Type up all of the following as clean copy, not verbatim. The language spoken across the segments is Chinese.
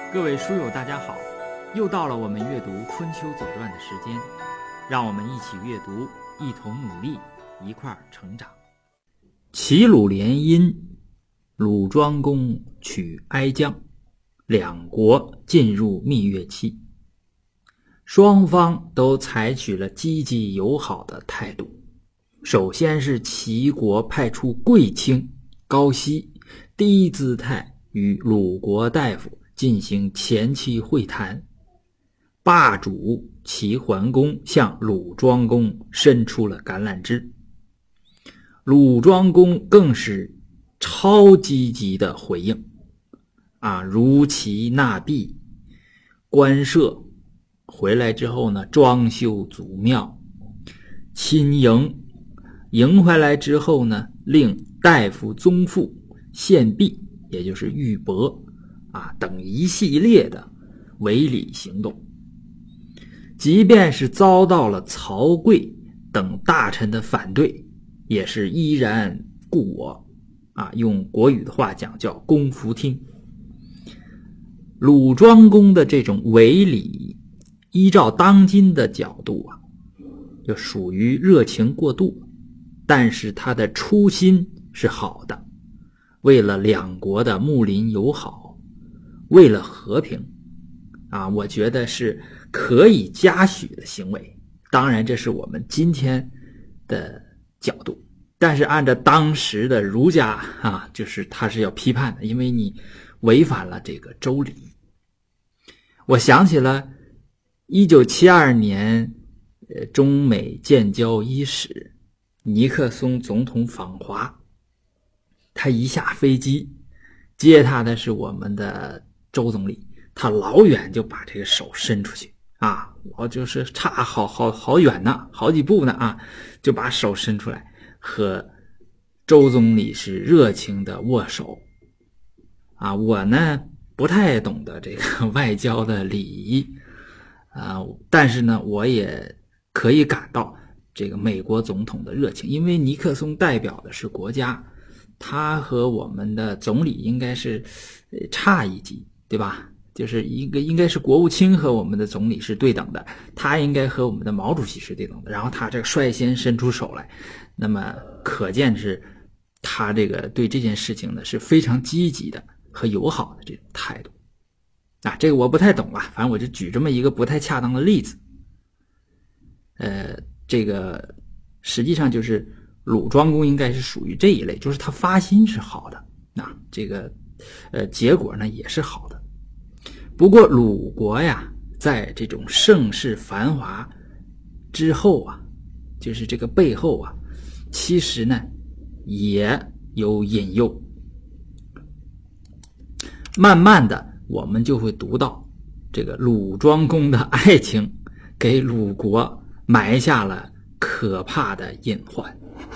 各位书友大家好，又到了我们阅读春秋左传的时间，让我们一起阅读，一同努力，一块儿成长。齐鲁联姻，鲁庄公娶哀姜，两国进入蜜月期，双方都采取了积极友好的态度。首先是齐国派出贵卿高息，低姿态与鲁国大夫进行前期会谈。霸主齐桓公向鲁庄公伸出了橄榄枝，鲁庄公更是超积极的回应如齐纳币官舍，回来之后呢，装修祖庙，亲迎回来之后呢，令大夫宗父献币，也就是玉帛等一系列的违礼行动。即便是遭到了曹刿等大臣的反对，也是依然故我用国语的话讲叫公服听。鲁庄公的这种违礼，依照当今的角度就属于热情过度，但是他的初心是好的，为了两国的睦邻友好，为了和平我觉得是可以嘉许的行为。当然这是我们今天的角度，但是按照当时的儒家就是他是要批判的，因为你违反了这个周礼。我想起了1972年中美建交伊始，尼克松总统访华，他一下飞机接他的是我们的周总理，他老远就把这个手伸出去就是差好远呢，好几步呢就把手伸出来和周总理是热情的握手我呢不太懂得这个外交的礼仪但是呢我也可以感到这个美国总统的热情，因为尼克松代表的是国家，他和我们的总理应该是差一级，对吧？就是应该是国务卿和我们的总理是对等的，他应该和我们的毛主席是对等的，然后他这个率先伸出手来，那么可见是他这个对这件事情呢是非常积极的和友好的这种态度这个我不太懂反正我就举这么一个不太恰当的例子。这个实际上就是鲁庄公应该是属于这一类，就是他发心是好的这个结果呢也是好的。不过鲁国在这种盛世繁华之后就是这个背后其实呢也有隐忧。慢慢的我们就会读到这个鲁庄公的爱情给鲁国埋下了可怕的隐患。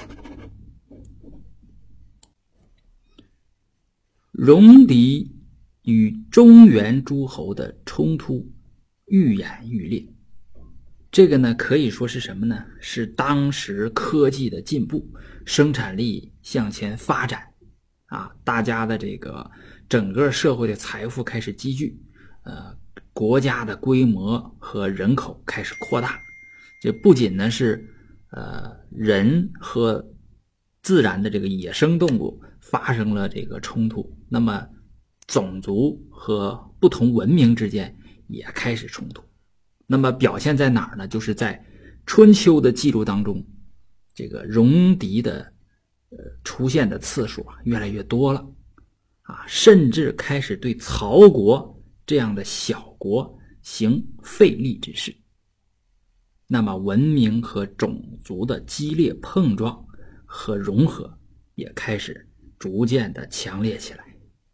戎狄与中原诸侯的冲突愈演愈烈，这个呢可以说是什么呢？是当时科技的进步，生产力向前发展大家的这个整个社会的财富开始积聚，国家的规模和人口开始扩大。这不仅呢是人和自然的这个野生动物发生了这个冲突，那么种族和不同文明之间也开始冲突。那么表现在哪儿呢？就是在春秋的记录当中，这个戎狄的出现的次数越来越多了甚至开始对曹国这样的小国行废立之事。那么文明和种族的激烈碰撞和融合也开始逐渐的强烈起来。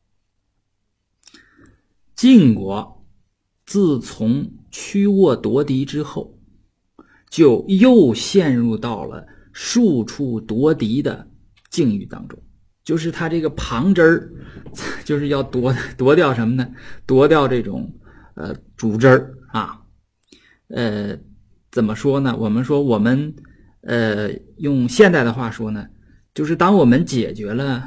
晋国自从屈沃夺嫡之后，就又陷入到了庶出夺嫡的境遇当中，就是他这个旁支儿就是要夺掉什么呢？夺掉这种主支儿怎么说呢？我们说我们用现代的话说呢，就是当我们解决了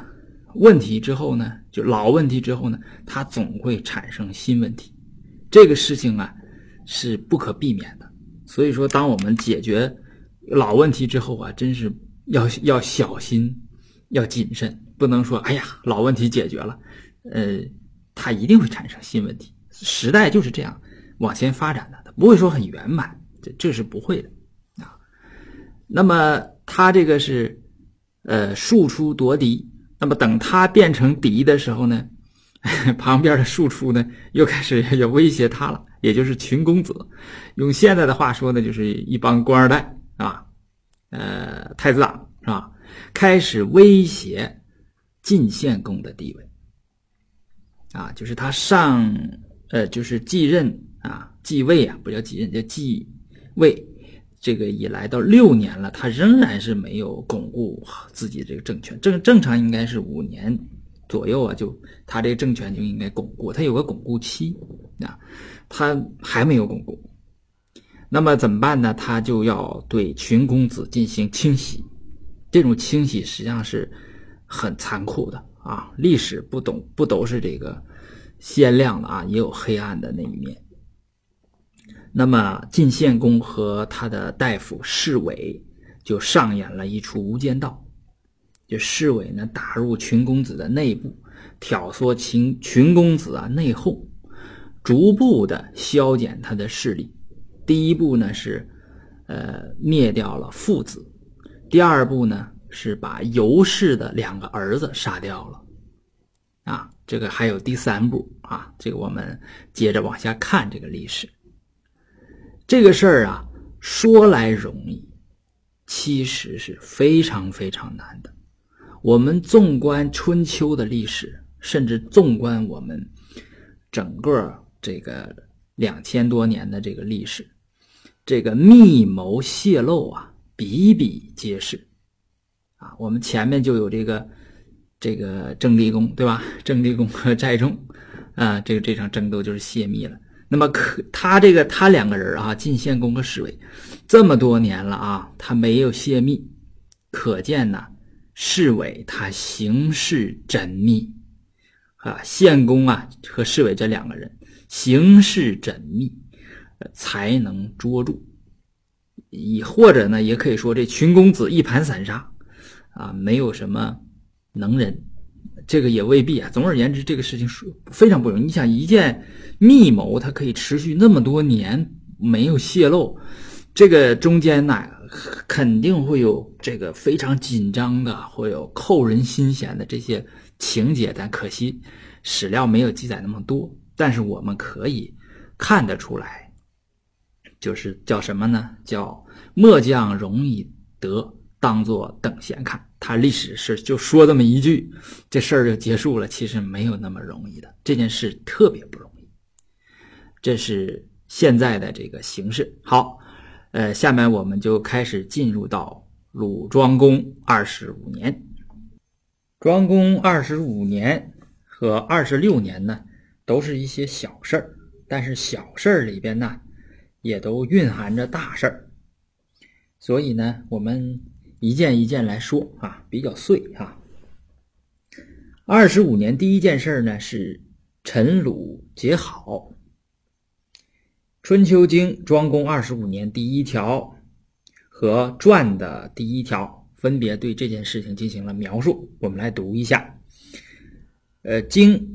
问题之后呢，就老问题之后呢，它总会产生新问题。这个事情啊是不可避免的。所以说当我们解决老问题之后啊，真是要小心，要谨慎，不能说哎呀老问题解决了，它一定会产生新问题。时代就是这样往前发展的，它不会说很圆满，这是不会的啊。那么它这个是庶出夺嫡，那么等它变成嫡的时候呢，旁边的庶出呢又开始要威胁他了，也就是群公子，用现在的话说呢，就是一帮官二代啊，太子党是吧？开始威胁晋献公的地位啊，就是他就是继任啊，继位啊，不叫继任，叫继位。这个以来到6年了，他仍然是没有巩固自己这个政权。正常应该是5年左右啊，就他这个政权就应该巩固，他有个巩固期啊，他还没有巩固。那么怎么办呢？他就要对群公子进行清洗。这种清洗实际上是很残酷的啊，历史不都是这个鲜亮的啊，也有黑暗的那一面。那么晋献公和他的大夫侍卫就上演了一出无间道。就侍卫呢打入群公子的内部，挑唆群公子啊内讧，逐步的削减他的势力。第一步呢是灭掉了父子，第二步呢是把尤氏的2个儿子杀掉了啊。这个还有第3步啊，这个我们接着往下看这个历史。这个事儿啊说来容易，其实是非常非常难的。我们纵观春秋的历史，甚至纵观我们整个这个2000多年的这个历史，这个密谋泄露啊比比皆是啊。我们前面就有这个郑立公对吧？郑立公和寨众啊，这场争斗就是泄密了。那么他2个人啊，晋献公和侍卫这么多年了啊，他没有泄密，可见呢侍卫他行事缜密啊，献公啊和侍卫这2个人行事缜密，才能捉住。或者呢也可以说这群公子一盘散沙啊，没有什么能人，这个也未必啊。总而言之，这个事情非常不容易。你想一件密谋它可以持续那么多年没有泄露，这个中间呢肯定会有这个非常紧张的，会有扣人心弦的这些情节，但可惜史料没有记载那么多。但是我们可以看得出来，就是叫什么呢？叫末将容易得，当作等闲看。他历史是就说这么一句，这事儿就结束了。其实没有那么容易的，这件事特别不容易。这是现在的这个形势。好，下面我们就开始进入到鲁庄公25年。庄公25年和26年呢，都是一些小事儿，但是小事儿里边呢，也都蕴含着大事儿。所以呢，我们一件一件来说啊，比较碎啊。25年第一件事呢是陈鲁结好。春秋经庄公25年第1条和传的第1条分别对这件事情进行了描述，我们来读一下。经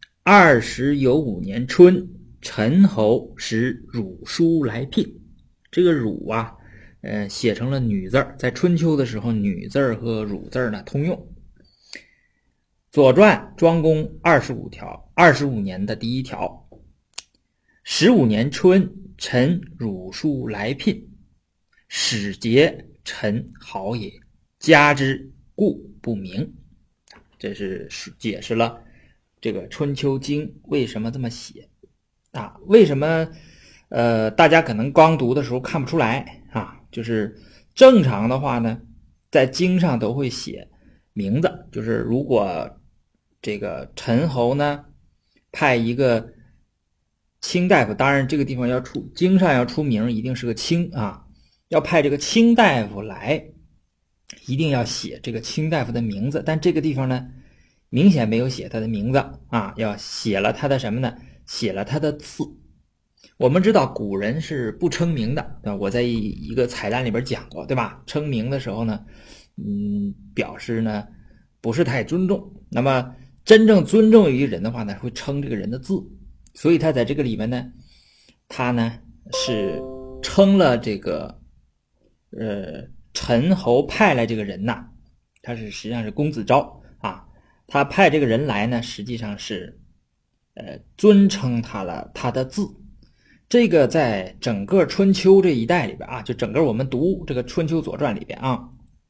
25年春，陈侯使汝书来聘。这个汝啊写成了女字，在春秋的时候女字和汝字呢通用。左传庄公25年的第1条，15年春，陈汝书来聘，使节陈好也，加之故不明。这是解释了这个春秋经为什么这么写啊？为什么大家可能刚读的时候看不出来啊？就是正常的话呢，在经上都会写名字，就是如果这个陈侯呢派一个卿大夫，当然这个地方要经上要出名，一定是个卿啊，要派这个卿大夫来，一定要写这个卿大夫的名字。但这个地方呢明显没有写他的名字啊，要写了他的什么呢？写了他的字。我们知道古人是不称名的，对吧？我在一个彩蛋里边讲过，对吧？称名的时候呢，表示呢不是太尊重。那么真正尊重一个人的话呢，会称这个人的字。所以他在这个里面呢，他呢是称了这个陈侯派来这个人呐，他是实际上是公子昭啊，他派这个人来呢，实际上是尊称他的字。这个在整个春秋这一代里边啊，就整个我们读这个春秋左传里边啊，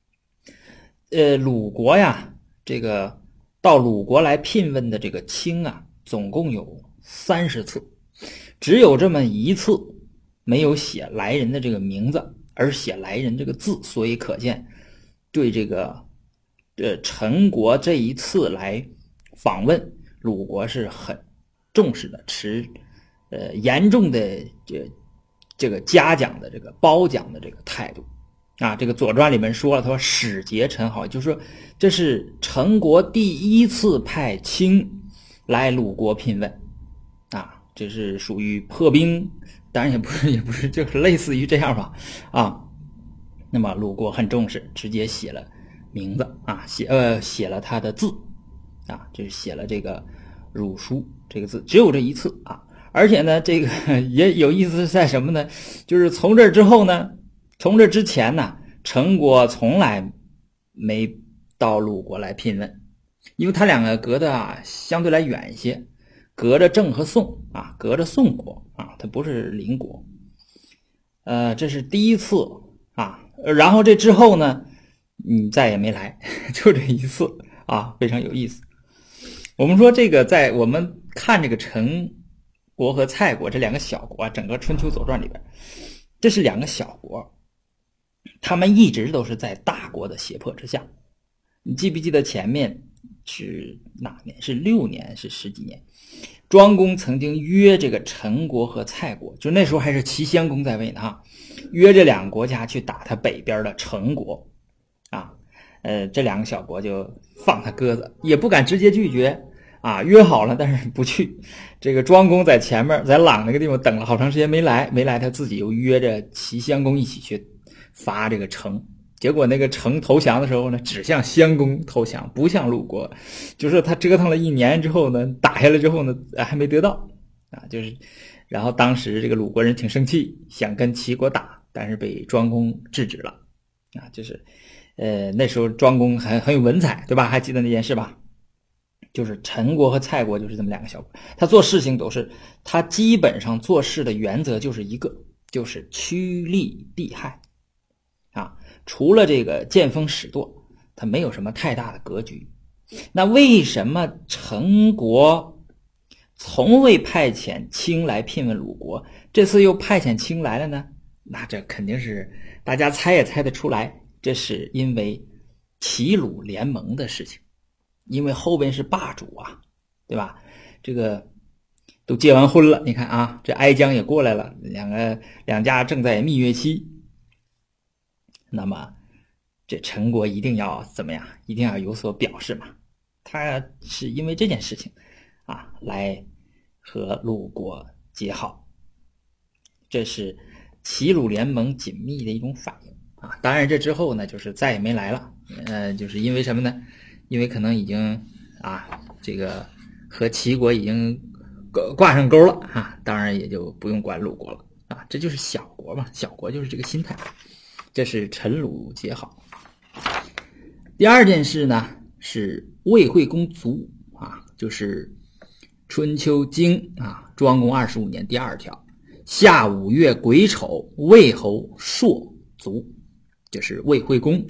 鲁国呀，这个到鲁国来聘问的这个卿啊，总共有30次，只有这么一次没有写来人的这个名字，而写来人这个字，所以可见对这个陈国这一次来访问鲁国是很重视的，持严重的这个嘉奖的这个褒奖的这个态度啊。这个左传里面说了，他说使节陈好，就是说这是陈国第一次派卿来鲁国聘问啊，这是属于破冰，当然也不是，就是类似于这样吧啊。那么鲁国很重视，直接写了名字啊，写了他的字啊，就是写了这个鲁书这个字，只有这一次啊。而且呢，这个也有意思是在什么呢？就是从这之后呢，从这之前呢，陈国从来没到鲁国来聘问，因为他两个隔的相对来远一些，隔着郑和宋啊，隔着宋国啊，他不是邻国。这是第一次啊，然后这之后呢，再也没来，就这一次啊，非常有意思。我们说这个在我们看这个陈国和蔡国这两个小国啊，整个春秋左传里边，这是两个小国，他们一直都是在大国的胁迫之下。你记不记得前面是哪年？是6年，是10几年？庄公曾经约这个陈国和蔡国，就那时候还是齐襄公在位呢哈，约这两个国家去打他北边的陈国啊。这两个小国就放他鸽子，也不敢直接拒绝啊，约好了但是不去。这个庄公在前面，在朗那个地方等了好长时间没来，他自己又约着齐襄公一起去伐这个城。结果那个城投降的时候呢，只向襄公投降，不向鲁国。就是他折腾了1年之后呢，打下来之后呢，还没得到啊。然后当时这个鲁国人挺生气，想跟齐国打，但是被庄公制止了啊。那时候庄公很有文采，对吧？还记得那件事吧？就是陈国和蔡国就是这么两个小国，他做事情他基本上做事的原则就是一个，就是趋利避害啊。除了这个见风使舵，他没有什么太大的格局。那为什么陈国从未派遣卿来聘问鲁国，这次又派遣卿来了呢？那这肯定是大家猜也猜得出来，这是因为齐鲁联盟的事情。因为后边是霸主啊，对吧？这个都结完婚了，你看啊，这哀姜也过来了，两家正在蜜月期。那么这陈国一定要怎么样？一定要有所表示嘛。他是因为这件事情啊，来和鲁国结好，这是齐鲁联盟紧密的一种反应啊。当然这之后呢，就是再也没来了。就是因为什么呢？因为可能已经啊，这个和齐国已经挂上钩了啊，当然也就不用管鲁国了啊。这就是小国嘛，小国就是这个心态。这是陈鲁结好。第二件事呢是魏惠公卒啊，就是春秋经啊，庄公25年第2条，夏5月癸丑，魏侯朔卒，这是魏惠公。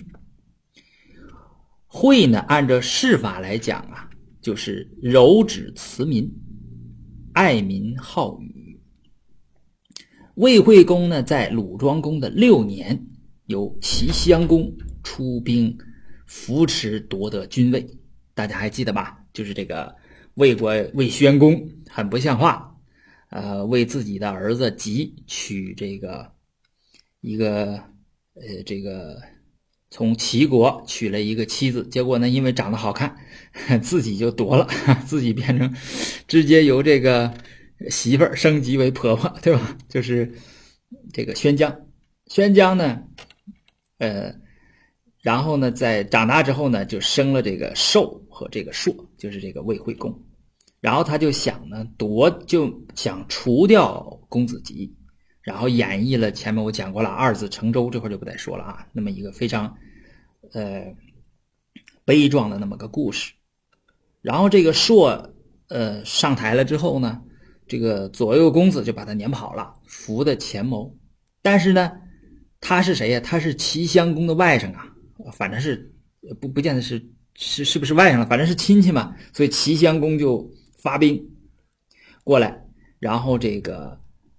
惠呢，按照世法来讲啊，就是柔指慈民，爱民好语。魏惠公呢，在鲁庄公的6年，由齐襄公出兵扶持夺得君位。大家还记得吧？就是这个魏宣公很不像话，为自己的儿子吉娶这个一个从齐国娶了一个妻子，结果呢，因为长得好看，自己就夺了，自己变成直接由这个媳妇儿升级为婆婆，对吧？就是这个宣姜。宣姜呢，然后呢，在长大之后呢，就生了这个寿和这个朔，就是这个魏惠公。然后他就想呢，就想除掉公子极，然后演绎了前面我讲过了二子乘舟，这块就不再说了啊。那么一个非常悲壮的那么个故事。然后这个朔上台了之后呢，这个左右公子就把他撵跑了，扶的前谋。但是呢，他是谁呀？他是齐襄公的外甥啊，反正是不见得是不是外甥了，反正是亲戚嘛。所以齐襄公就发兵过来，然后这个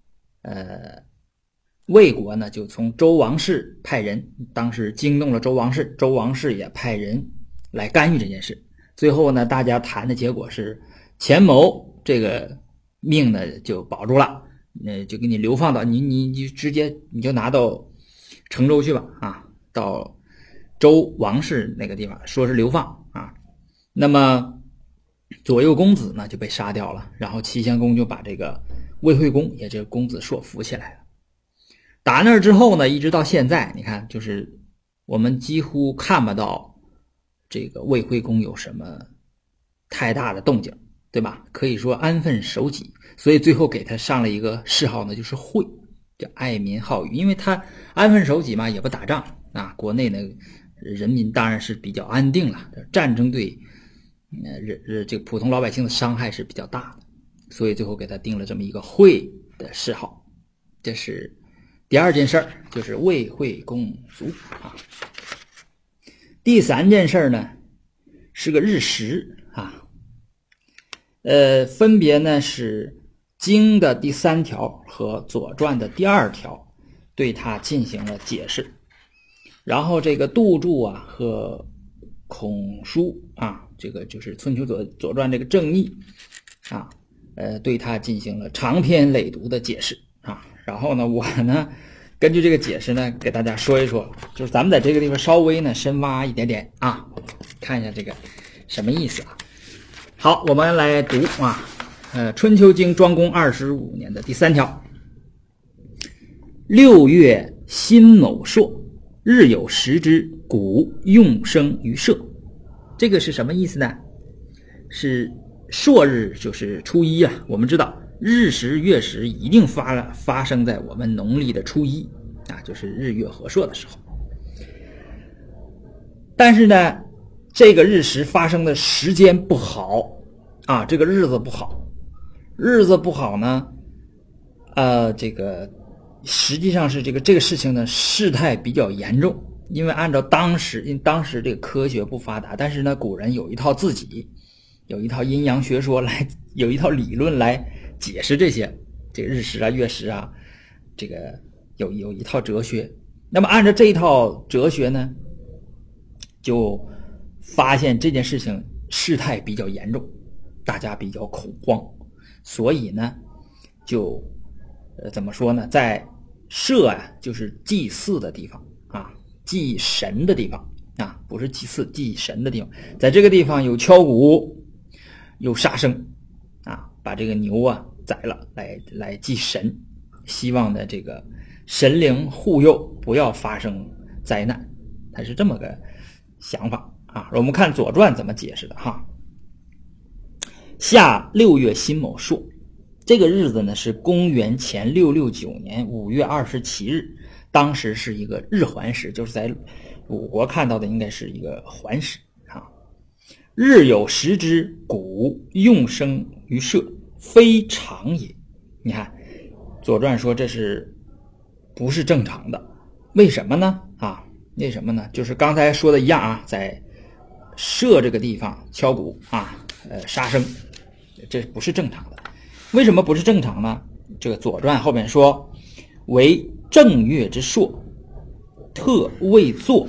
魏国呢就从周王室派人，当时惊动了周王室，周王室也派人来干预这件事。最后呢，大家谈的结果是钱谋这个命呢就保住了，就给你流放到你直接你就拿到成州去吧啊，到周王室那个地方，说是流放啊。那么左右公子呢就被杀掉了，然后齐襄公就把这个魏惠公也就是公子硕扶起来了。打那之后呢，一直到现在，你看就是我们几乎看不到这个魏惠公有什么太大的动静，对吧？可以说安分守己，所以最后给他上了一个谥号呢，就是惠，叫爱民好语。因为他安分守己嘛，也不打仗啊，国内呢人民当然是比较安定了，战争对这个普通老百姓的伤害是比较大的，所以最后给他定了这么一个惠的谥号。这是第二件事儿，就是魏惠公卒啊。第三件事呢是个日食啊，分别呢是经的第3条和左传的第2条对它进行了解释，然后这个杜注啊和孔书啊，这个就是春秋左传这个正义啊，对它进行了长篇累牍的解释啊。然后呢，我呢根据这个解释呢，给大家说一说，就是咱们在这个地方稍微呢深挖一点点啊，看一下这个什么意思啊。好，我们来读啊，春秋经庄公25年的第3条，6月辛卯朔，日有食之，谷用生于社。这个是什么意思呢？是朔日，就是初一啊。我们知道日食月食一定发生在我们农历的初一啊，就是日月合朔的时候。但是呢，这个日食发生的时间不好啊，这个日子不好呢，这个实际上是这个事情呢事态比较严重。因为按照当时这个科学不发达，但是呢古人有一套阴阳学说来，有一套理论来解释这个日食啊月食啊，这个有一套哲学。那么按照这一套哲学呢，就发现这件事情事态比较严重，大家比较恐慌，所以呢就怎么说呢，在社啊就是祭祀的地方啊，祭神的地方啊，不是祭祀，祭神的地方，在这个地方有敲鼓，有杀生啊，把这个牛啊宰了来祭神，希望的这个神灵护佑，不要发生灾难，它是这么个想法啊。我们看左传怎么解释的哈。夏6月辛卯朔，这个日子呢是公元前669年5月27日，当时是一个日环食，就是在鲁国看到的应该是一个环食啊。日有食之，谷用生于社，非常也。你看左传说这是不是正常的，为什么呢啊？为什么呢？就是刚才说的一样啊，在社这个地方敲鼓啊，杀生，这不是正常的。为什么不是正常呢？这个左传后面说，为正月之朔，特未作，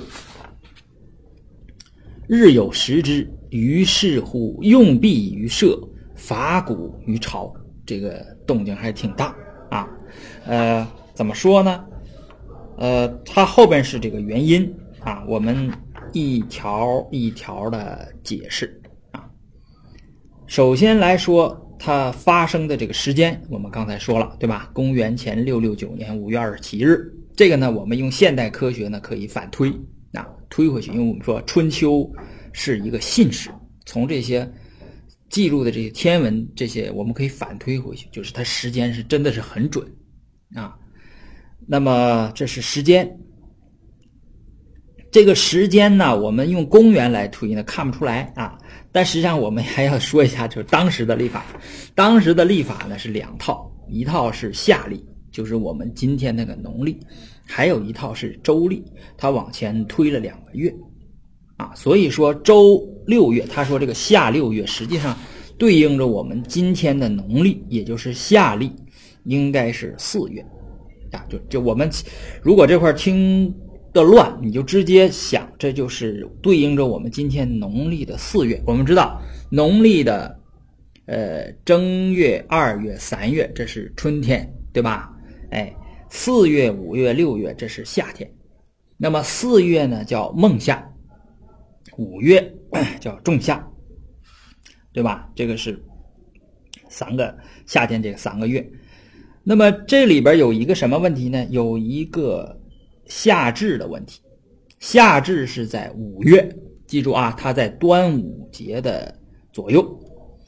日有食之，于是乎用币于社，伐谷于朝。这个动静还挺大啊。怎么说呢？它后边是这个原因啊，我们一条一条的解释啊。首先来说它发生的这个时间，我们刚才说了，对吧？公元前669年5月27日，这个呢我们用现代科学呢可以反推啊，推回去，因为我们说春秋是一个信史，从这些记录的这些天文这些我们可以反推回去，就是它时间是真的是很准啊。那么这是时间，这个时间呢我们用公元来推呢看不出来啊，但实际上我们还要说一下，就是当时的历法。当时的历法呢是两套，一套是夏历，就是我们今天那个农历，还有一套是周历，它往前推了2个月啊。所以说周6月，他说这个夏6月实际上对应着我们今天的农历，也就是夏历应该是4月啊。就我们如果这块听的乱，你就直接想这就是对应着我们今天农历的4月。我们知道农历的正月、2月、3月这是春天，对吧？4月、5月、6月这是夏天。那么4月呢叫孟夏，5月叫仲夏，对吧？这个是3个夏天，这个3个月。那么这里边有一个什么问题呢？有一个夏至的问题。夏至是在5月，记住啊，它在端午节的左右。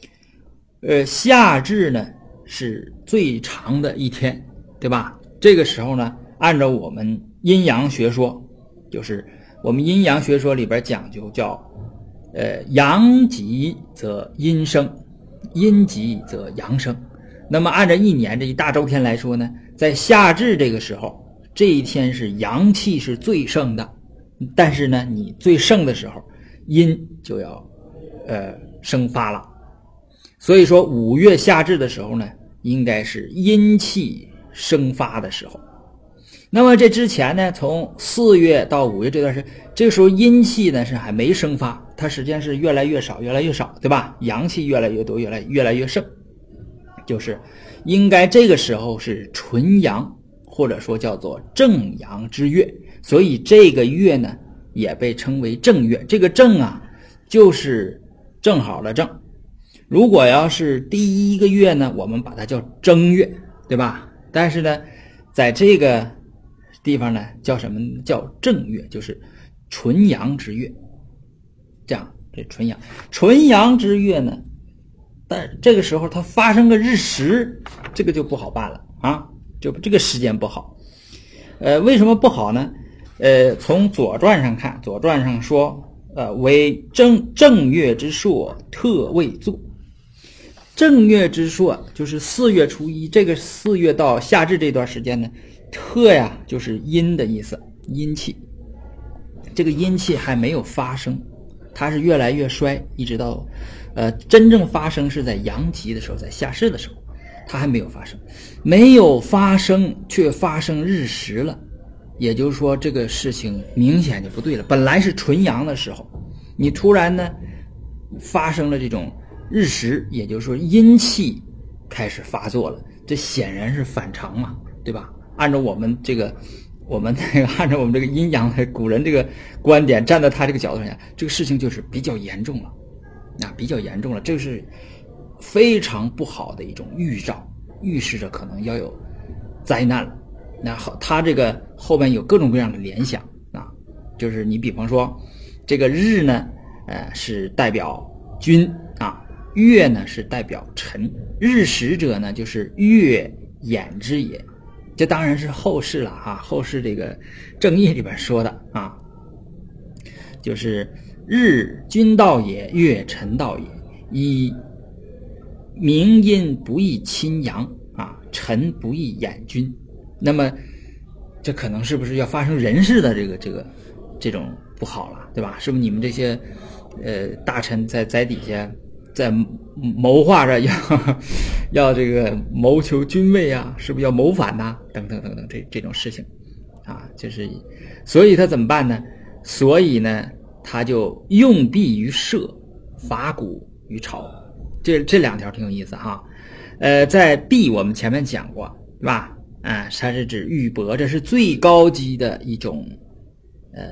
夏至呢是最长的一天，对吧？这个时候呢，按照我们阴阳学说，就是我们阴阳学说里边讲究叫阳极则阴生，阴极则阳生。那么按照一年这一大周天来说呢，在夏至这个时候，这一天是阳气是最盛的，但是呢你最盛的时候阴就要生发了。所以说5月夏至的时候呢，应该是阴气生发的时候。那么这之前呢，从4月到5月这段时间，这个时候阴气呢是还没生发，它实际上是越来越少越来越少，对吧？阳气越来越多越来越盛，就是应该这个时候是纯阳，或者说叫做正阳之月。所以这个月呢也被称为正月。这个正啊就是正好的正，如果要是第1个月呢，我们把它叫正月，对吧？但是呢在这个地方呢叫什么？叫正月，就是纯阳之月。这样，这纯阳之月呢，但这个时候它发生个日食，这个就不好办了啊，就这个时间不好。为什么不好呢？从左传上看，左传上说为正月之朔，特未作。正月之朔就是4月初1，这个4月到夏至这段时间呢，特呀就是阴的意思，阴气。这个阴气还没有发生，它是越来越衰，一直到真正发生是在阳极的时候，在夏至的时候，它还没有发生。没有发生却发生日食了，也就是说这个事情明显就不对了。本来是纯阳的时候，你突然呢发生了这种日食，也就是说阴气开始发作了，这显然是反常嘛，对吧？按照我们这个按照我们这个阴阳的古人这个观点，站在他这个角度上，这个事情就是比较严重了啊，比较严重了，这是非常不好的一种预兆，预示着可能要有灾难了。那好，他这个后面有各种各样的联想啊，就是你比方说这个日呢是代表君啊，月呢是代表辰，日食者呢就是月掩之也。这当然是后世了啊，后世这个正义里边说的啊，就是日君道也，月辰道也，以明阴不易亲阳啊，辰不易掩君。那么这可能是不是要发生人事的这种不好了，对吧？是不是你们这些大臣在底下在谋划着要这个谋求君位啊，是不是要谋反呐、等等等等这种事情啊，就是所以他怎么办呢？所以呢他就用弊于社，伐古于朝。这两条挺有意思哈。在弊我们前面讲过，对吧？它是指玉帛，这是最高级的一种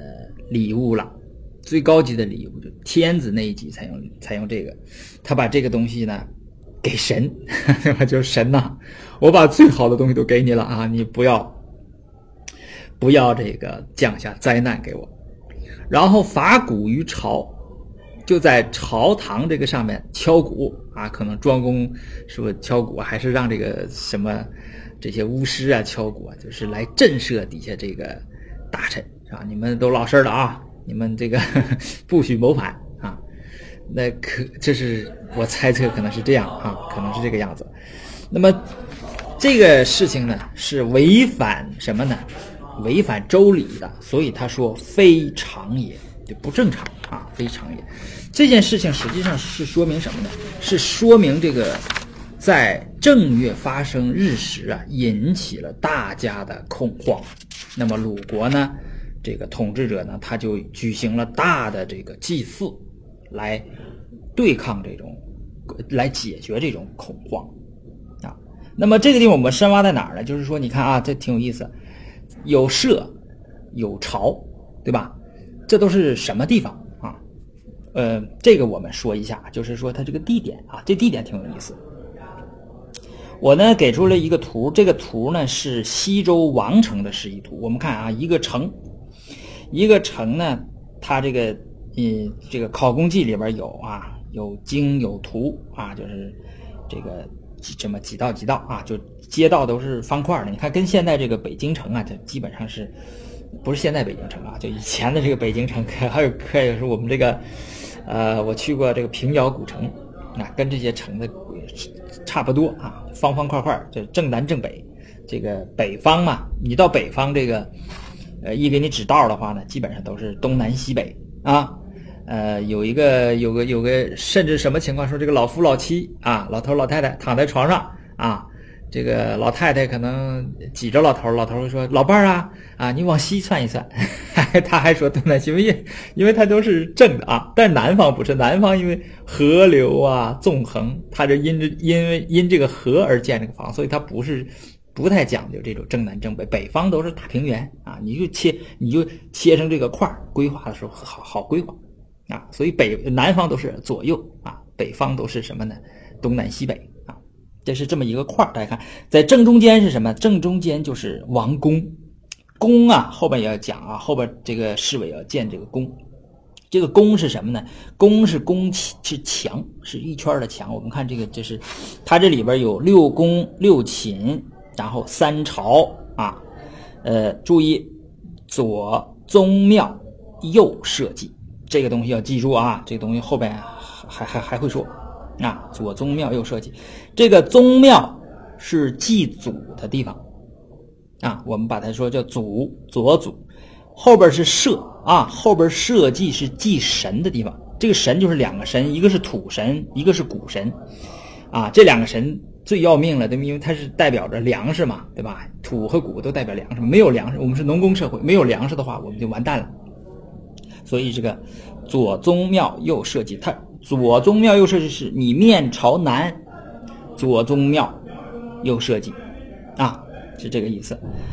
礼物了，最高级的礼物，就天子那一级采用这个，他把这个东西呢给神，对吧？就是神呐，我把最好的东西都给你了啊，你不要这个降下灾难给我。然后伐鼓于朝，就在朝堂这个上面敲鼓啊，可能庄公是不是敲鼓，还是让这个什么这些巫师啊敲鼓啊，就是来震慑底下这个大臣啊，你们都老实了啊，你们这个不许谋反啊。那这是我猜测可能是这样啊，可能是这个样子。那么这个事情呢是违反什么呢？违反周礼的，所以他说非常也，就不正常啊，非常也。这件事情实际上是说明什么呢？是说明这个在正月发生日食啊，引起了大家的恐慌。那么鲁国呢，这个统治者呢，他就举行了大的这个祭祀，来对抗这种，来解决这种恐慌啊。那么这个地方我们深挖在哪儿呢？就是说，你看啊，这挺有意思，有社，有朝，对吧？这都是什么地方啊？这个我们说一下，就是说它这个地点啊，这地点挺有意思。我呢给出了一个图，这个图呢是西周王城的示意图。我们看啊，一个城呢，它这个这个考工记里边有啊，有经有图啊，就是这个这么几道啊，就街道都是方块的。你看跟现在这个北京城啊，这基本上是不是现在北京城啊，就以前的这个北京城，还有是我们这个我去过这个平遥古城啊，跟这些城的差不多啊，方方块块，这正南正北。这个北方嘛，你到北方这个一给你指道的话呢，基本上都是东南西北啊。有个甚至什么情况，说这个老夫老妻啊，老头老太太躺在床上啊，这个老太太可能挤着老头，老头会说老伴儿啊你往西窜一窜，他还说东南西北，因为他都是正的啊。但是南方不是，南方因为河流啊纵横，它就因这个河而建这个房，所以它不太讲究这种正南正北。北方都是大平原啊，你就切成这个块，规划的时候好规划啊。所以南方都是左右啊，北方都是什么呢？东南西北啊。这是这么一个块，大家看，在正中间是什么？正中间就是王宫。宫啊，后边也要讲啊，后边这个侍卫要建这个宫。这个宫是什么呢？宫是墙，是一圈的墙。我们看这个，这是它这里边有6宫6寝，然后3朝啊。注意左宗庙右社稷，这个东西要记住啊，这个东西后边还会说啊。左宗庙右社稷，这个宗庙是祭祖的地方啊，我们把它说叫祖，左祖。后边是社啊，后边社稷是祭神的地方。这个神就是2个神，一个是土神，一个是谷神啊。这2个神最要命了，对吗？因为它是代表着粮食嘛，对吧？土和谷都代表粮食，没有粮食，我们是农耕社会，没有粮食的话，我们就完蛋了。所以这个左宗庙右社稷，它左宗庙右社稷是你面朝南，左宗庙右社稷啊，是这个意思。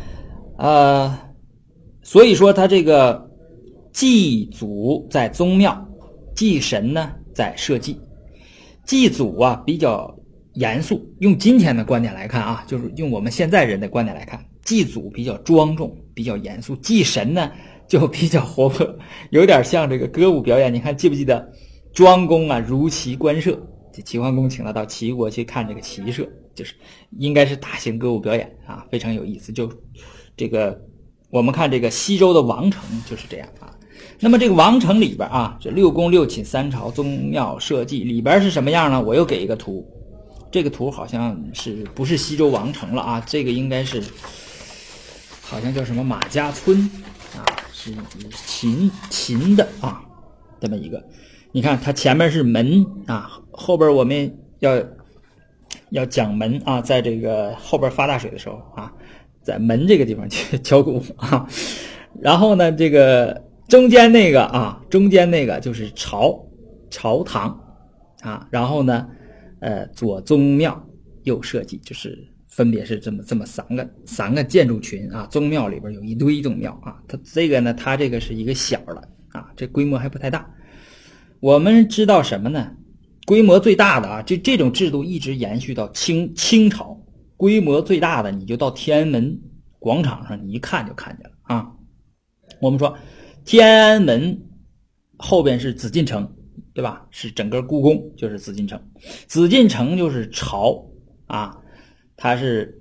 所以说他这个祭祖在宗庙，祭神呢在社稷。祭祖啊比较严肃，用今天的观点来看啊，就是用我们现在人的观点来看，祭祖比较庄重，比较严肃。祭神呢就比较活泼，有点像这个歌舞表演。你看记不记得庄公啊如齐观射，这齐桓公请他到齐国去看这个骑射，就是应该是大型歌舞表演啊，非常有意思。就这个我们看这个西周的王城就是这样啊。那么这个王城里边啊，这6宫6寝3朝宗庙社稷里边是什么样呢？我又给一个图，这个图好像是不是西周王城了啊？这个应该是好像叫什么马家村啊，是秦的啊，这么一个。你看它前面是门啊，后边我们要讲门啊，在这个后边发大水的时候啊，在门这个地方去敲鼓啊。然后呢，这个中间那个就是朝堂啊。然后呢，左宗庙右社稷，就是分别是这么三个建筑群啊，宗庙里边有一堆宗庙啊，它这个呢，它这个是一个小的啊，这规模还不太大。我们知道什么呢？规模最大的啊，这种制度一直延续到清朝，规模最大的你就到天安门广场上，你一看就看见了啊。我们说天安门后边是紫禁城，对吧？是整个故宫就是紫禁城，紫禁城就是朝啊，它是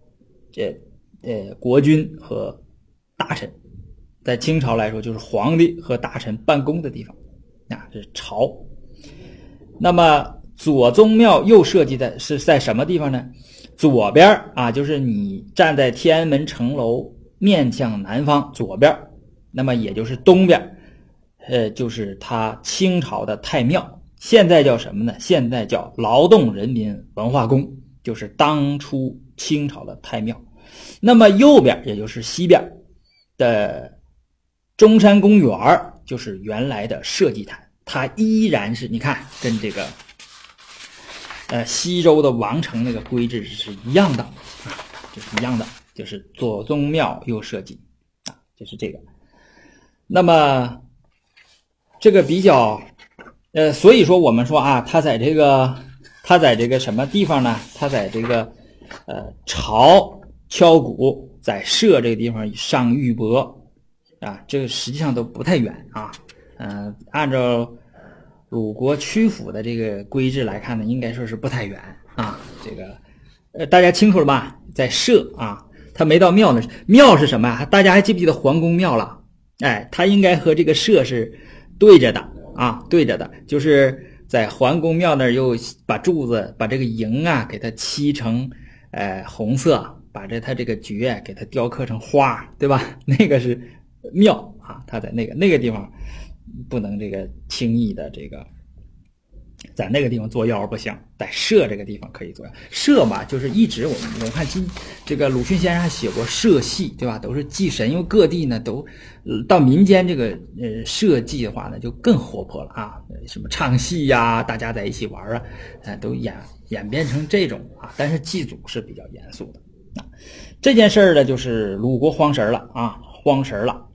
国君和大臣，在清朝来说就是皇帝和大臣办公的地方啊，这是朝。那么左宗庙又设计是在什么地方呢？左边啊，就是你站在天安门城楼面向南方左边，那么也就是东边，就是它清朝的太庙，现在叫什么呢？现在叫劳动人民文化宫，就是当初清朝的太庙。那么右边也就是西边的中山公园就是原来的社稷坛，它依然是你看跟这个西周的王城那个规制是一样的啊，就是一样的，就是左宗庙右社稷啊，就是这个。那么这个比较所以说我们说啊，他在这个什么地方呢？他在这个朝敲鼓，在社这个地方上玉帛啊，这个实际上都不太远啊。按照鲁国曲阜的这个规制来看呢，应该说是不太远啊。这个大家清楚了吧？在社啊，它没到庙呢。庙是什么呀？大家还记不记得桓公庙了？哎，它应该和这个社是对着的啊，对着的，就是在桓公庙那儿又把柱子把这个楹啊给它漆成红色，把它这个爵给它雕刻成花，对吧？那个是庙啊，它在那个地方不能这个轻易的这个在那个地方作妖不行，在社这个地方可以作妖。社嘛，就是一直我们看这个鲁迅先生还写过社戏，对吧？都是祭神，因为各地呢都到民间这个社稷的话呢就更活泼了啊，什么唱戏呀，大家在一起玩啊，都演变成这种啊。但是祭祖是比较严肃的啊。这件事儿呢，就是鲁国荒神了啊，荒神了。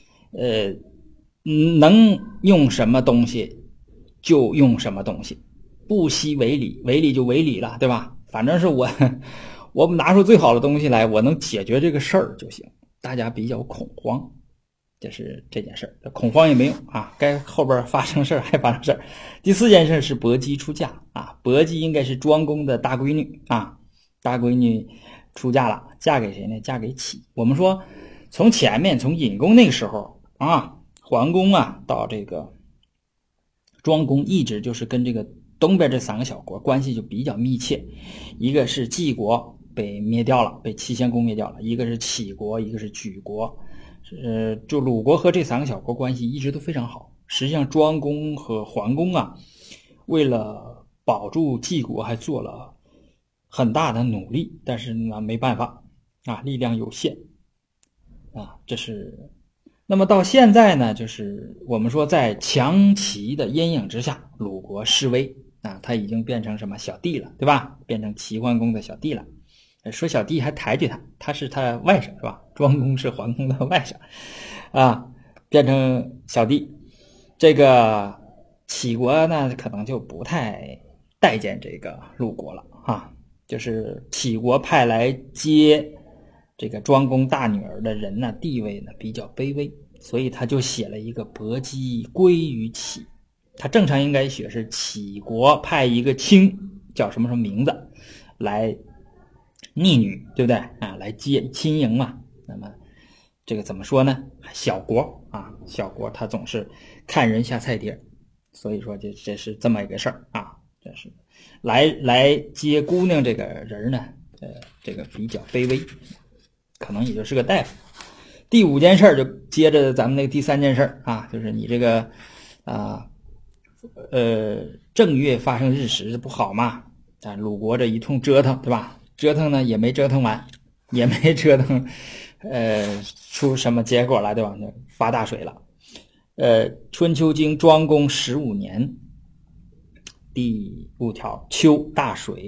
能用什么东西就用什么东西，不惜违礼，违礼就违礼了，对吧？反正是我们拿出最好的东西来，我能解决这个事儿就行。大家比较恐慌，这是这件事儿，恐慌也没用啊，该后边发生事儿还发生事儿。第四件事是薄姬出嫁啊，薄姬应该是庄公的大闺女啊，大闺女出嫁了，嫁给谁呢？嫁给启。我们说从前面从隐公那个时候啊，桓公啊到这个庄公一直就是跟这个东边这三个小国关系就比较密切，一个是晋国被灭掉了，被齐襄公灭掉了，一个是杞国，一个是莒国。就鲁国和这三个小国关系一直都非常好。实际上庄公和桓公啊，为了保住晋国还做了很大的努力，但是呢没办法啊，力量有限啊，这是。那么到现在呢，就是我们说在强齐的阴影之下，鲁国示威啊，他已经变成什么小弟了，对吧？变成齐桓公的小弟了。说小弟还抬举他，他是他外甥，是吧？庄公是桓公的外甥啊，变成小弟。这个齐国呢，可能就不太待见这个鲁国了啊，就是齐国派来接这个庄公大女儿的人呢，地位呢比较卑微，所以他就写了一个薄姬归于齐。他正常应该写是齐国派一个卿叫什么什么名字来逆女，对不对啊？来接亲迎嘛。那么这个怎么说呢？小国啊，小国他总是看人下菜碟，所以说这是这么一个事儿啊。这是来接姑娘这个人呢，这个比较卑微。可能也就是个大夫。第五件事就接着咱们那个第三件事啊，就是你这个正月发生日食不好嘛，鲁国这一通折腾，对吧？折腾呢也没折腾完，也没折腾出什么结果来，对吧？发大水了。春秋经庄公15年第5条，秋大水，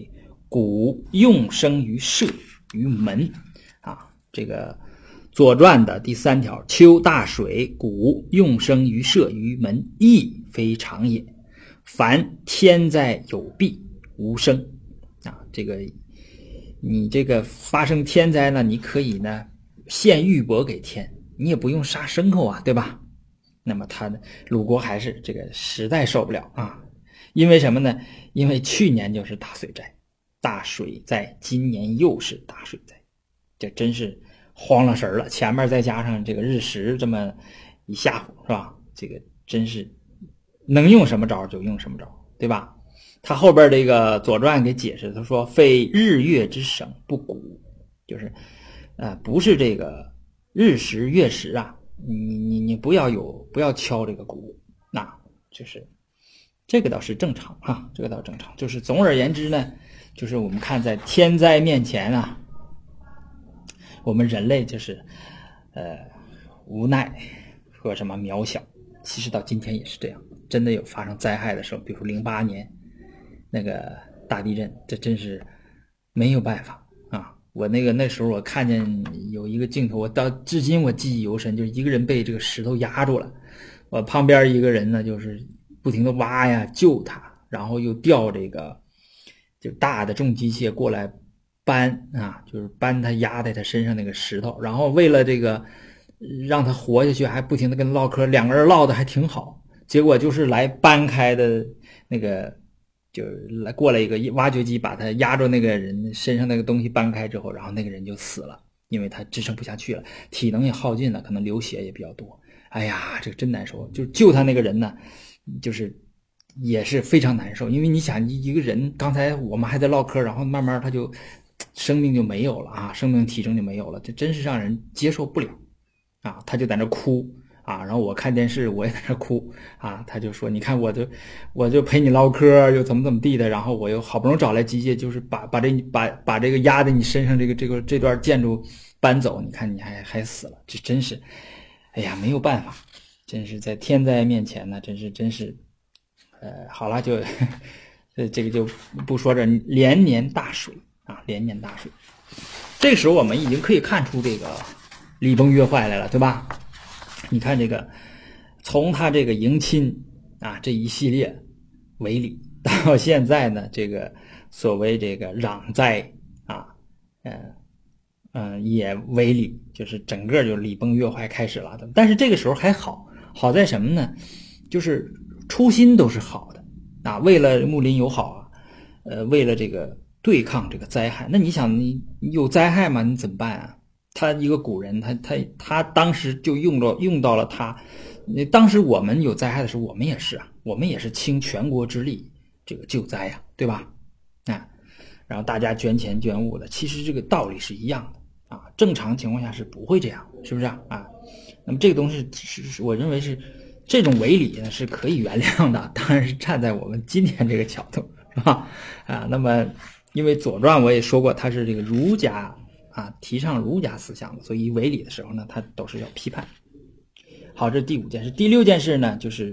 谷用生于社于门啊，这个左传的第3条，秋大水，谷用生于社于门，亦非常也。凡天灾有弊，无生啊，这个你这个发生天灾呢，你可以呢献玉帛给天，你也不用杀牲口啊，对吧？那么鲁国还是这个实在受不了啊，因为什么呢？因为去年就是大水灾，大水灾，今年又是大水灾，这真是慌了神了。前面再加上这个日食这么一吓唬，是吧？这个真是能用什么招就用什么招，对吧？他后边这个《左传》给解释，他说：“非日月之省不谷，就是不是这个日食月食啊，你不要敲这个鼓，那就是这个倒是正常哈，这个倒正常。就是总而言之呢，就是我们看在天灾面前啊，我们人类就是无奈和什么渺小。其实到今天也是这样，真的有发生灾害的时候，比如说08年那个大地震，这真是没有办法啊。我那时候我看见有一个镜头，我到至今我记忆犹深，就是一个人被这个石头压住了，我旁边一个人呢就是不停的挖呀救他，然后又调这个就大的重机械过来搬啊，就是搬他压在他身上那个石头，然后为了这个让他活下去，还不停的跟唠嗑，两个人唠的还挺好，结果就是来搬开的那个。就是过来一个挖掘机，把他压着那个人身上那个东西搬开之后，然后那个人就死了，因为他支撑不下去了，体能也耗尽了，可能流血也比较多。哎呀，这个真难受。就救他那个人呢，就是也是非常难受，因为你想一个人，刚才我们还在唠嗑，然后慢慢他就生命就没有了啊，生命体征就没有了，这真是让人接受不了啊！他就在那哭。啊，然后我看电视，我也在那哭啊。他就说：“你看，我就陪你唠嗑，又怎么地的，然后我又好不容易找来机械，就是把这个压在你身上这段建筑搬走，你看你还死了，这真是，哎呀，没有办法，真是在天灾面前呢，真是，好了，就这个就不说这连年大水啊，连年大水。这个时候我们已经可以看出这个礼崩乐坏来了，对吧？”你看这个，从他这个迎亲啊这一系列为礼，到现在呢，这个所谓这个攘灾啊，也为礼，就是整个就礼崩乐坏开始了。但是这个时候还好在什么呢？就是初心都是好的啊，为了睦邻友好啊，为了这个对抗这个灾害。那你想，你有灾害嘛？你怎么办啊？他一个古人，他当时就用到了他。当时我们有灾害的时候，我们也是啊，我们也是倾全国之力这个救灾呀，对吧？啊，然后大家捐钱捐物的，其实这个道理是一样的啊。正常情况下是不会这样，是不是啊？啊，那么这个东西是我认为是这种违礼呢是可以原谅的，当然是站在我们今天这个角度，是吧？啊，那么因为《左传》我也说过，它是这个儒家。啊，提倡儒家思想的，所以违礼的时候呢，他都是要批判。好，这是第5件事。第6件事呢，就是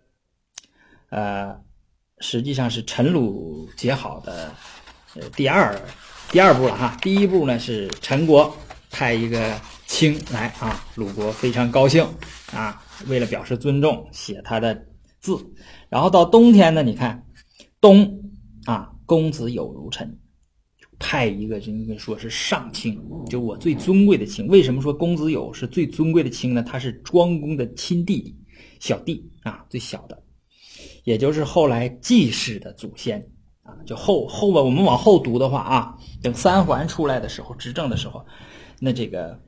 实际上是陈鲁结好的第二步了哈。第1步呢是陈国派一个卿来啊，鲁国非常高兴啊，为了表示尊重，写他的字。然后到冬天呢，你看冬啊，公子有如臣。派一个说是上卿，就我最尊贵的卿。为什么说公子友是最尊贵的卿呢？他是庄公的亲弟弟，小弟啊，最小的，也就是后来季氏的祖先啊。就我们往后读的话啊，等3桓出来的时候，执政的时候，那这个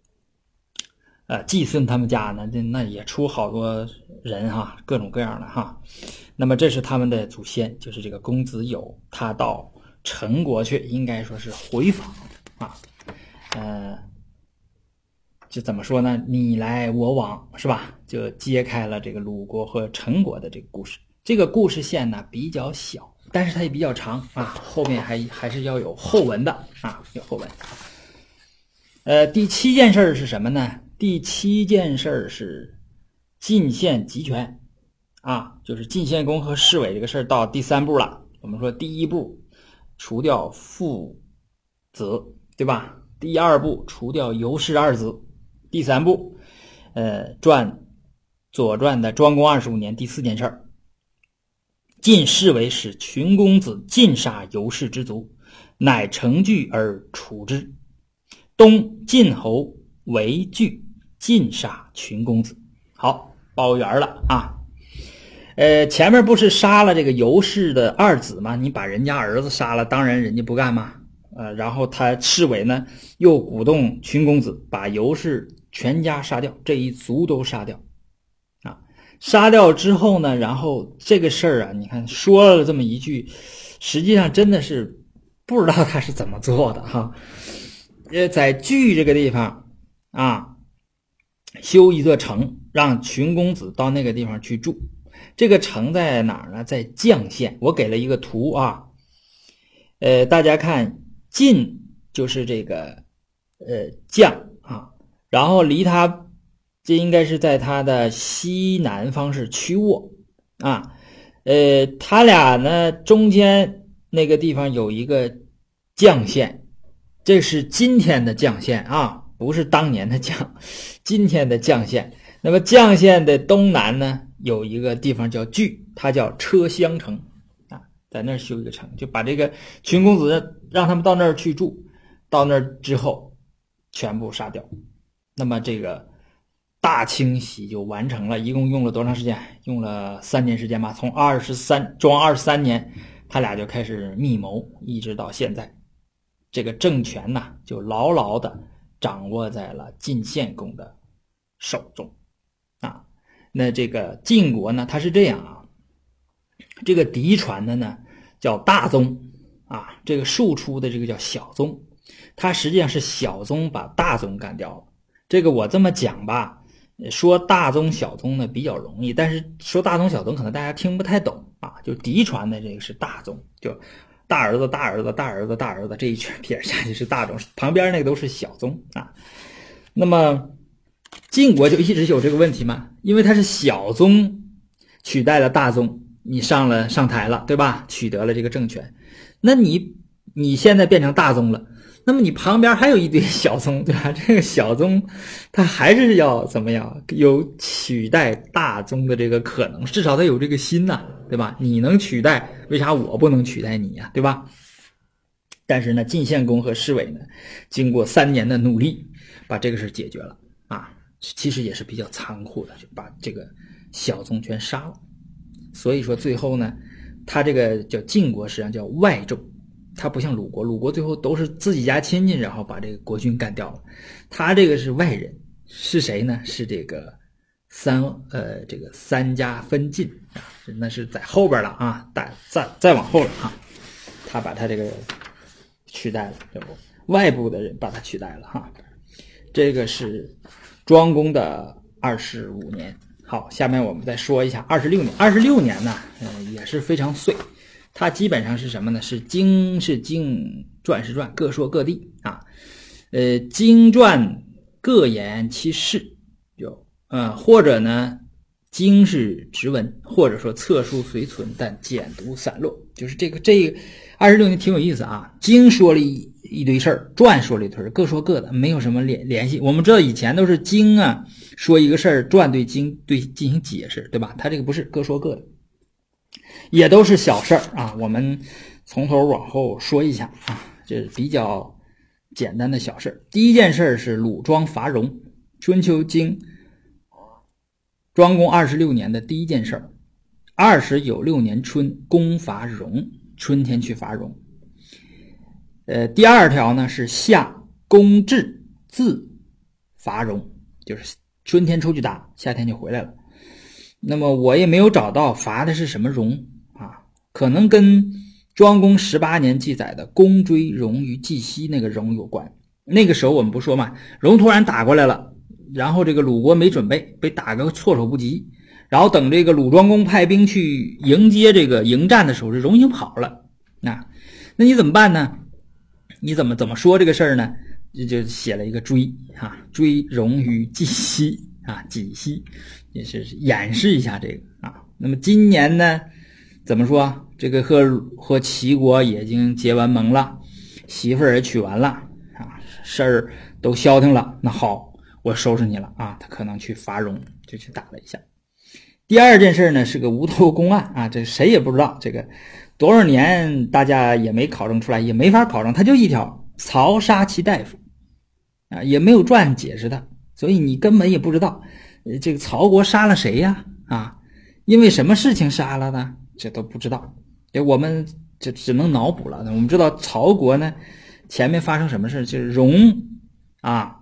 季孙他们家呢，那也出好多人哈，各种各样的哈。那么这是他们的祖先，就是这个公子友，他到陈国去，应该说是回访啊，就怎么说呢？你来我往，是吧？就揭开了这个鲁国和陈国的这个故事。这个故事线呢比较小，但是它也比较长啊，后面还是要有后文的啊，有后文。第7件事是什么呢？第7件事是晋献集权啊，就是晋献公和侍卫这个事儿到第3步了。我们说第1步。 除掉父子，对吧？第二步除掉尤氏二子，第三步左传的庄公25年第4件事儿，晋士为使群公子尽杀尤氏之族，乃成惧而处之。东晋侯为惧，尽杀群公子。好，包圆了啊。前面不是杀了这个尤氏的二子吗？你把人家儿子杀了，当然人家不干嘛。然后他侍卫呢又鼓动群公子把尤氏全家杀掉，这一族都杀掉啊。杀掉之后呢，然后这个事儿啊，你看说了这么一句，实际上真的是不知道他是怎么做的哈。在据这个地方啊，修一座城，让群公子到那个地方去住。这个城在哪儿呢？在绛县。我给了一个图啊，大家看，晋就是这个绛啊，然后离它这应该是在它的西南方是曲沃啊，他俩呢中间那个地方有一个绛县，这是今天的绛县啊，不是当年的绛，今天的绛县。那么绛县的东南呢有一个地方叫据，它叫车厢城啊，在那儿修一个城，就把这个群公子让他们到那儿去住，到那儿之后全部杀掉。那么这个大清洗就完成了，一共用了多长时间？用了3年时间吧。从庄23年，他俩就开始密谋，一直到现在，这个政权呢就牢牢的掌握在了晋献公的手中啊。那这个晋国呢，它是这样啊，这个嫡传的呢叫大宗啊，这个庶出的这个叫小宗，它实际上是小宗把大宗干掉了。这个我这么讲吧，说大宗小宗呢比较容易，但是说大宗小宗可能大家听不太懂啊。就嫡传的这个是大宗，就大儿子大儿子大儿子大儿子这一圈撇下去是大宗，旁边那个都是小宗啊。那么晋国就一直有这个问题嘛，因为它是小宗取代了大宗，你上台了，对吧？取得了这个政权，那你现在变成大宗了，那么你旁边还有一堆小宗，对吧？这个小宗它还是要怎么样？有取代大宗的这个可能，至少它有这个心呐，对吧？你能取代，为啥我不能取代你呀？对吧？但是呢，晋献公和侍卫呢，经过3年的努力，把这个事解决了啊。其实也是比较残酷的，就把这个小宗全杀了。所以说最后呢，他这个叫晋国实际上叫外胄，他不像鲁国，鲁国最后都是自己家亲戚，然后把这个国君干掉了。他这个是外人，是谁呢？是这个三家分晋啊，那是在后边了啊，再往后了啊，他把他这个取代了，外部的人把他取代了哈。这个是庄公的25年。好，下面我们再说一下26年。26年呢，也是非常碎。它基本上是什么呢？是经是经，传是传，各说各地啊。经传各言其事，或者呢，经是直文，或者说册书随存，但简读散落。就是这个26年挺有意思啊。经说了一堆事儿，传说了一堆事儿，各说各的，没有什么联系。我们知道以前都是经啊说一个事儿，传对经进行解释，对吧？他这个不是，各说各的，也都是小事儿啊。我们从头往后说一下啊，这是比较简单的小事儿。第一件事是鲁庄伐戎，春秋经庄公26年的第一件事儿。20有6年春，公伐戎，春天去伐戎。第二条呢是夏公至自伐戎，就是春天出去打，夏天就回来了。那么我也没有找到伐的是什么戎啊，可能跟庄公18年记载的公追戎于稷西那个戎有关。那个时候我们不说嘛，戎突然打过来了，然后这个鲁国没准备，被打个措手不及，然后等这个鲁庄公派兵去迎接这个迎战的时候，这戎已经跑了啊。那你怎么办呢？你怎么说这个事儿呢？就写了一个追啊，追戎于稷西啊，稷西也是演示一下这个啊。那么今年呢， 怎么说？这个和齐国已经结完盟了，媳妇儿也娶完了啊，事儿都消停了。那好，我收拾你了啊！他可能去伐戎，就去打了一下。第二件事呢是个无头公案啊，这谁也不知道，这个多少年大家也没考证出来，也没法考证，他就一条：曹杀其大夫啊，也没有传解释他，所以你根本也不知道这个曹国杀了谁呀？啊，因为什么事情杀了呢？这都不知道。我们就只能脑补了。我们知道曹国呢，前面发生什么事？就是戎啊，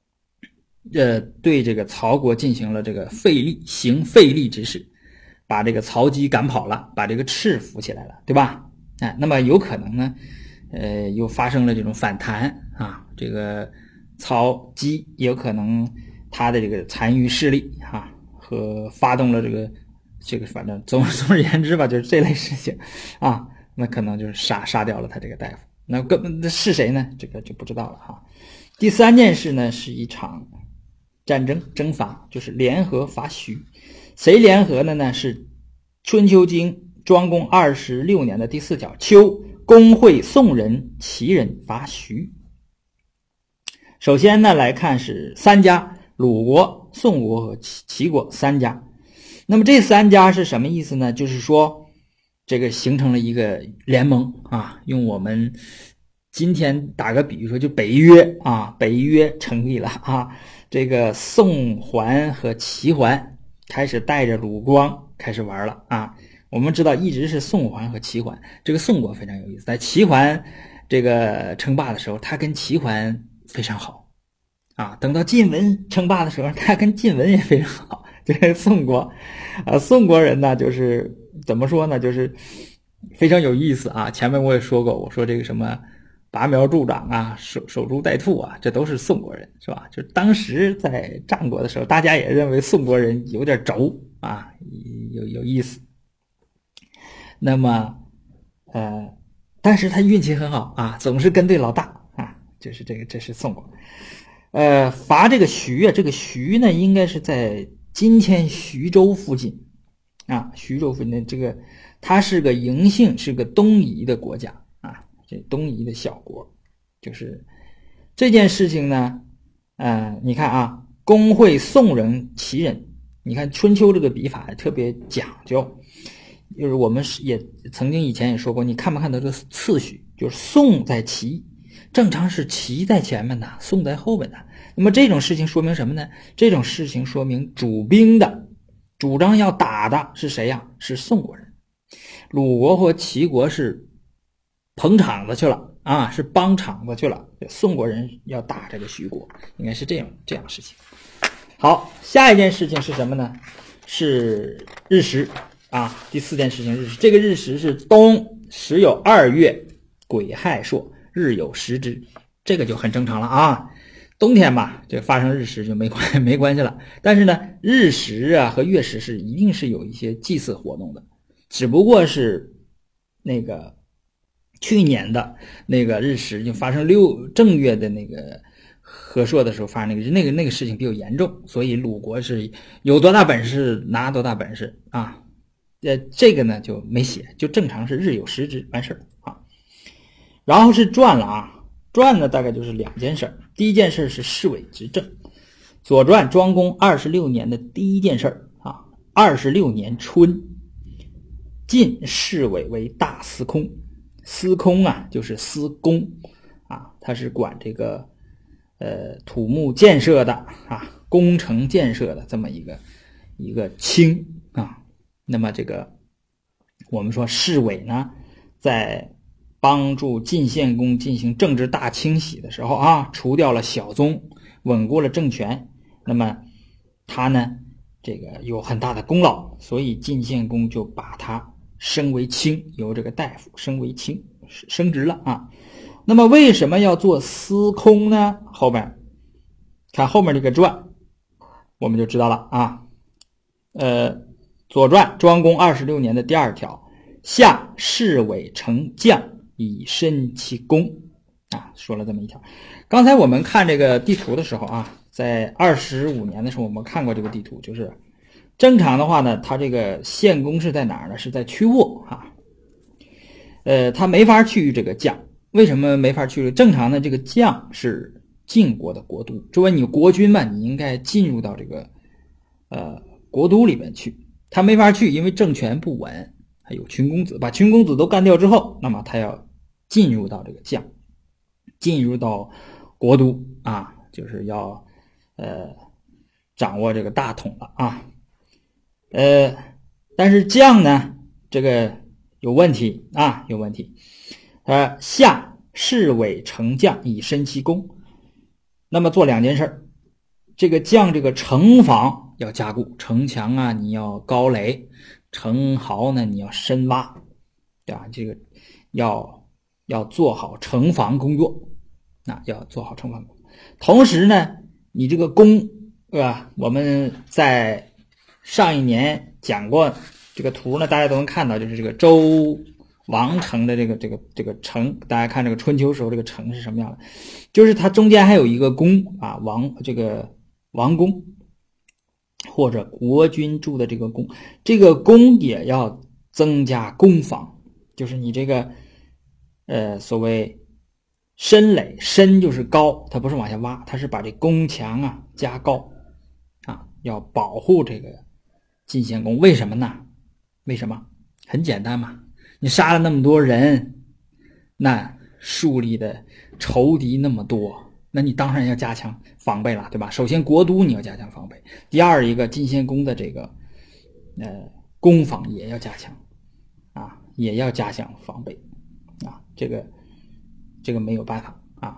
对这个曹国进行了这个行废立之事，把这个曹姬赶跑了，把这个赤扶起来了，对吧？哎，那么有可能呢，又发生了这种反弹啊，这个曹姬也有可能他的这个残余势力啊，和发动了这个反正总而言之吧，就是这类事情啊，那可能就是杀掉了他这个大夫。那是谁呢？这个就不知道了哈。第三件事呢，是一场战争征伐，就是联合伐徐。谁联合的呢？是春秋经庄公26年的第4条，秋，公会宋人、齐人伐徐。首先呢，来看是三家：鲁国、宋国和齐国三家。那么这三家是什么意思呢？就是说这个形成了一个联盟啊，用我们今天打个比喻说，就北约啊，北约成立了啊，这个宋桓和齐桓开始带着鲁光开始玩了啊。我们知道一直是宋桓和齐桓，这个宋国非常有意思，在齐桓这个称霸的时候，他跟齐桓非常好啊，等到晋文称霸的时候，他跟晋文也非常好。这个宋国宋国人呢，就是怎么说呢，就是非常有意思啊。前面我也说过，我说这个什么拔苗助长啊，守株待兔啊，这都是宋国人，是吧？就当时在战国的时候，大家也认为宋国人有点轴啊，有意思。那么但是他运气很好啊，总是跟对老大啊，就是这是宋国。伐这个徐啊，这个徐呢，应该是在今天徐州附近啊，徐州附近的这个，它是个嬴姓，是个东夷的国家啊，这东夷的小国。就是这件事情呢，你看啊，公会宋人、齐人，你看春秋这个笔法特别讲究，就是我们也曾经以前也说过，你看没看到这个次序？就是宋在齐，正常是齐在前面的，宋在后面的。那么这种事情说明什么呢？这种事情说明主兵的、主张要打的是谁呀？是宋国人。鲁国和齐国是捧场子去了啊，是帮场子去了。宋国人要打这个徐国，应该是这样事情。好，下一件事情是什么呢？是日食啊。第4件事情日食，这个日食是冬时有2月，癸亥朔，日有食之，这个就很正常了啊。冬天吧，这发生日食就没关系了。但是呢，日食啊和月食是一定是有一些祭祀活动的，只不过是那个去年的那个日食就发生正月的那个和朔的时候发生那个事情比较严重，所以鲁国是有多大本事拿多大本事啊。这个呢就没写，就正常是日有食之完事啊。然后是传了啊。传呢大概就是2件事。第一件事是侍卫执政，左传庄公26年的第一件事啊，26年春，晋侍卫为大司空。司空啊就是司公啊，他是管这个土木建设的啊，工程建设的这么一个卿啊。那么这个我们说侍卫呢，在帮助晋献公进行政治大清洗的时候啊，除掉了小宗，稳固了政权。那么他呢，这个有很大的功劳，所以晋献公就把他升为卿，由这个大夫升为卿，升职了啊。那么为什么要做司空呢？后面看后面这个传，我们就知道了啊。左传庄公26年的第2条，下侍卫成将，以申其功啊，说了这么一条。刚才我们看这个地图的时候啊，在25年的时候我们看过这个地图，就是正常的话呢，它这个献公是在哪儿呢？是在曲沃啊。它没法去这个绛，为什么没法去？正常的这个绛是晋国的国都，作为你国君嘛，你应该进入到这个国都里面去。他没法去，因为政权不稳，还有群公子，把群公子都干掉之后，那么他要进入到这个绛，进入到国都啊，就是要掌握这个大统了啊。但是绛呢，这个有问题啊，有问题。下侍卫丞将以申其功，那么做两件事，这个绛这个城防要加固，城墙啊你要高垒，城壕呢你要深挖，对吧？这个要做好城防工作，要做好城防工作。同时呢，你这个功，对吧？我们在上一年讲过这个图呢，大家都能看到，就是这个周王城的这个城，大家看这个春秋时候这个城是什么样的，就是它中间还有一个宫啊，王宫或者国君住的这个宫，这个宫也要增加攻防，就是你这个所谓深垒，深就是高，它不是往下挖，它是把这宫墙啊加高啊，要保护这个晋献公。为什么呢？为什么？很简单嘛，你杀了那么多人，那树立的仇敌那么多，那你当然要加强防备了，对吧？首先国都你要加强防备，第二一个晋献公的这个攻防也要加强啊，也要加强防备啊，这个没有办法啊。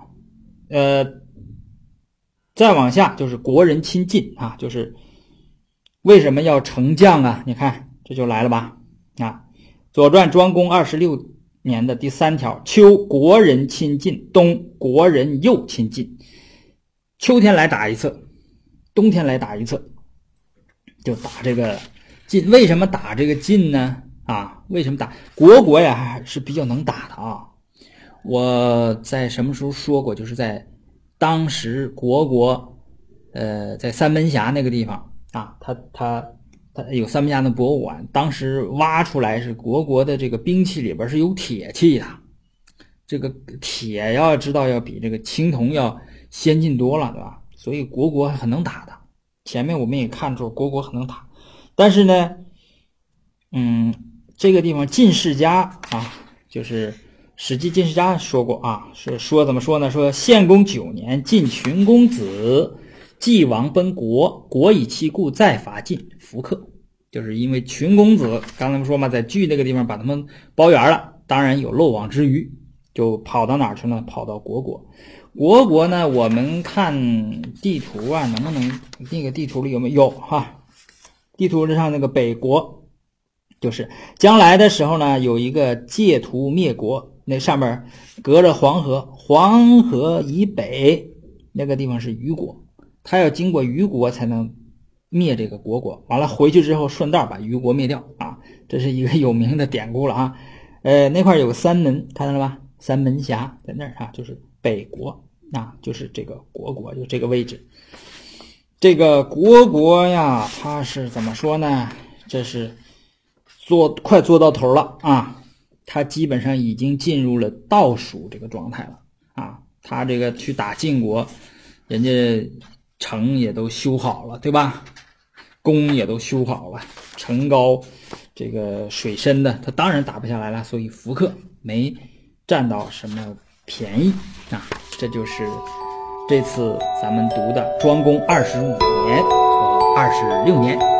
再往下就是国人亲近啊，就是为什么要丞相啊？你看这就来了吧啊，《左传》庄公26年的第3条，秋国人亲近，冬国人又亲近。秋天来打一次，冬天来打一次，就打这个晋。为什么打这个晋呢？啊，为什么打国呀？还是比较能打的啊。我在什么时候说过，就是在当时国在三门峡那个地方啊，它有三门峡的博物馆，当时挖出来是国的这个兵器里边是有铁器的，这个铁要知道要比这个青铜要先进多了，对吧？所以国很能打的。前面我们也看出国很能打，但是呢，这个地方晋世家啊，就是《史记·晋世家》说过啊，说怎么说呢？说献公9年，晋群公子继王奔国，国以其故再伐晋，俘克。就是因为群公子刚才说嘛，在据那个地方把他们包圆了，当然有漏网之鱼，就跑到哪儿去呢？跑到国呢，我们看地图啊，能不能那个地图里有没有哈？地图上那个北国，就是将来的时候呢，有一个借图灭国，那上面隔着黄河以北那个地方是虞国，他要经过虞国才能灭这个国，完了回去之后顺道把虞国灭掉啊，这是一个有名的典故了啊。那块有个三门，看到了吧？三门峡在那儿啊，就是北国啊，就是这个国就这个位置。这个国呀，它是怎么说呢？这是快做到头了啊，它基本上已经进入了倒数这个状态了啊。它这个去打晋国，人家城也都修好了，对吧？宫也都修好了，城高这个水深的，他当然打不下来了，所以俘克没占到什么便宜啊。这就是这次咱们读的庄公25年和26年。